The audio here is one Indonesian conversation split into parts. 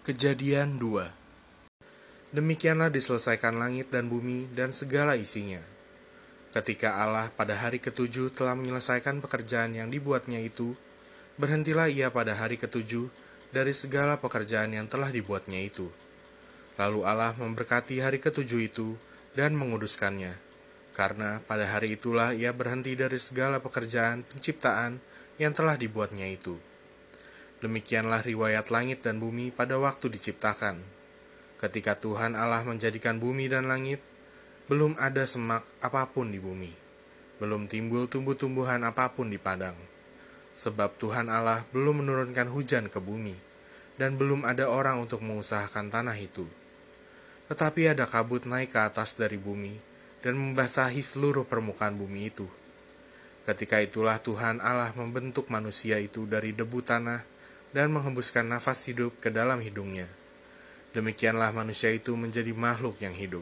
Kejadian 2. Demikianlah diselesaikan langit dan bumi dan segala isinya. Ketika Allah pada hari ketujuh telah menyelesaikan pekerjaan yang dibuatnya itu, berhentilah ia pada hari ketujuh dari segala pekerjaan yang telah dibuatnya itu. Lalu Allah memberkati hari ketujuh itu dan menguduskannya, karena pada hari itulah ia berhenti dari segala pekerjaan penciptaan yang telah dibuatnya itu. Demikianlah riwayat langit dan bumi pada waktu diciptakan. Ketika Tuhan Allah menjadikan bumi dan langit, belum ada semak apapun di bumi, belum timbul tumbuh-tumbuhan apapun di padang. Sebab Tuhan Allah belum menurunkan hujan ke bumi, dan belum ada orang untuk mengusahakan tanah itu. Tetapi ada kabut naik ke atas dari bumi, dan membasahi seluruh permukaan bumi itu. Ketika itulah Tuhan Allah membentuk manusia itu dari debu tanah, dan menghembuskan nafas hidup ke dalam hidungnya. Demikianlah manusia itu menjadi makhluk yang hidup.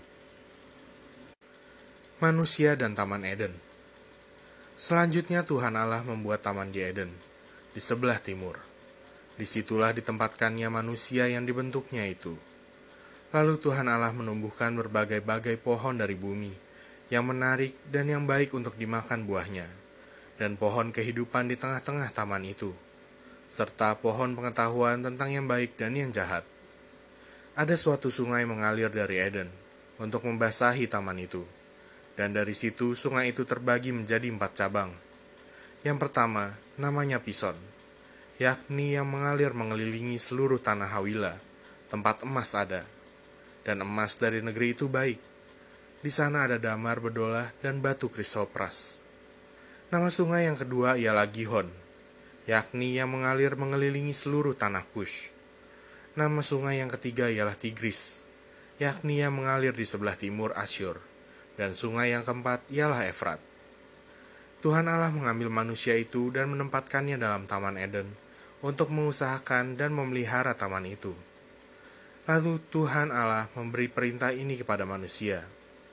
Manusia dan Taman Eden. Selanjutnya Tuhan Allah membuat taman di Eden, di sebelah timur. Disitulah ditempatkannya manusia yang dibentuknya itu. Lalu Tuhan Allah menumbuhkan berbagai-bagai pohon dari bumi, yang menarik dan yang baik untuk dimakan buahnya, dan pohon kehidupan di tengah-tengah taman itu, serta pohon pengetahuan tentang yang baik dan yang jahat. Ada suatu sungai mengalir dari Eden untuk membasahi taman itu, dan dari situ sungai itu terbagi menjadi 4 cabang. Yang pertama, namanya Pison, yakni yang mengalir mengelilingi seluruh tanah Hawila, tempat emas ada, dan emas dari negeri itu baik. Di sana ada damar bedolah dan batu krisopras. Nama sungai yang kedua ialah Gihon, yakni yang mengalir mengelilingi seluruh tanah Kush. Nama sungai yang ketiga ialah Tigris, yakni yang mengalir di sebelah timur Asyur, dan sungai yang keempat ialah Efrat. Tuhan Allah mengambil manusia itu dan menempatkannya dalam Taman Eden untuk mengusahakan dan memelihara taman itu. Lalu Tuhan Allah memberi perintah ini kepada manusia.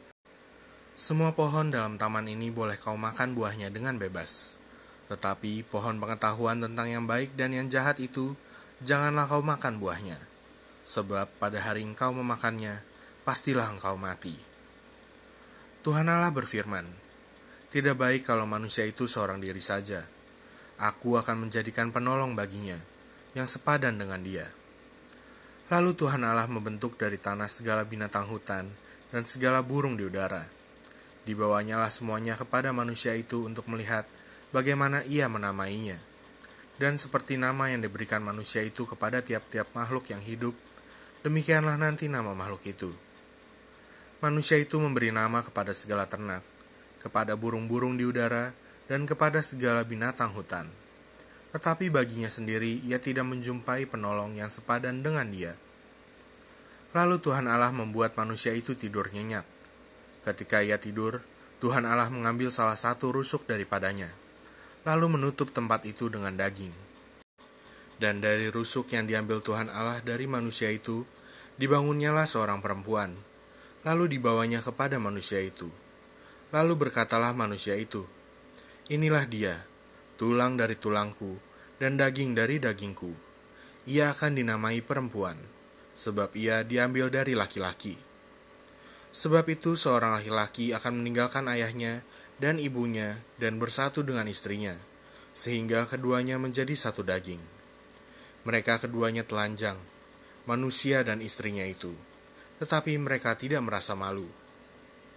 Semua pohon dalam taman ini boleh kau makan buahnya dengan bebas. Tetapi pohon pengetahuan tentang yang baik dan yang jahat itu, janganlah kau makan buahnya. Sebab pada hari engkau memakannya, pastilah engkau mati. Tuhan Allah berfirman, tidak baik kalau manusia itu seorang diri saja. Aku akan menjadikan penolong baginya, yang sepadan dengan dia. Lalu Tuhan Allah membentuk dari tanah segala binatang hutan dan segala burung di udara. Dibawanyalah semuanya kepada manusia itu untuk melihat bagaimana ia menamainya. Dan seperti nama yang diberikan manusia itu kepada tiap-tiap makhluk yang hidup, demikianlah nanti nama makhluk itu. Manusia itu memberi nama kepada segala ternak, kepada burung-burung di udara, dan kepada segala binatang hutan. Tetapi baginya sendiri ia tidak menjumpai penolong yang sepadan dengan dia. Lalu Tuhan Allah membuat manusia itu tidur nyenyak. Ketika ia tidur, Tuhan Allah mengambil salah satu rusuk daripadanya, lalu menutup tempat itu dengan daging. Dan dari rusuk yang diambil Tuhan Allah dari manusia itu, dibangunnyalah seorang perempuan, lalu dibawanya kepada manusia itu. Lalu berkatalah manusia itu, inilah dia, tulang dari tulangku, dan daging dari dagingku. Ia akan dinamai perempuan, sebab ia diambil dari laki-laki. Sebab itu seorang laki-laki akan meninggalkan ayahnya dan ibunya dan bersatu dengan istrinya, sehingga keduanya menjadi satu daging. Mereka keduanya telanjang, manusia dan istrinya itu, tetapi mereka tidak merasa malu.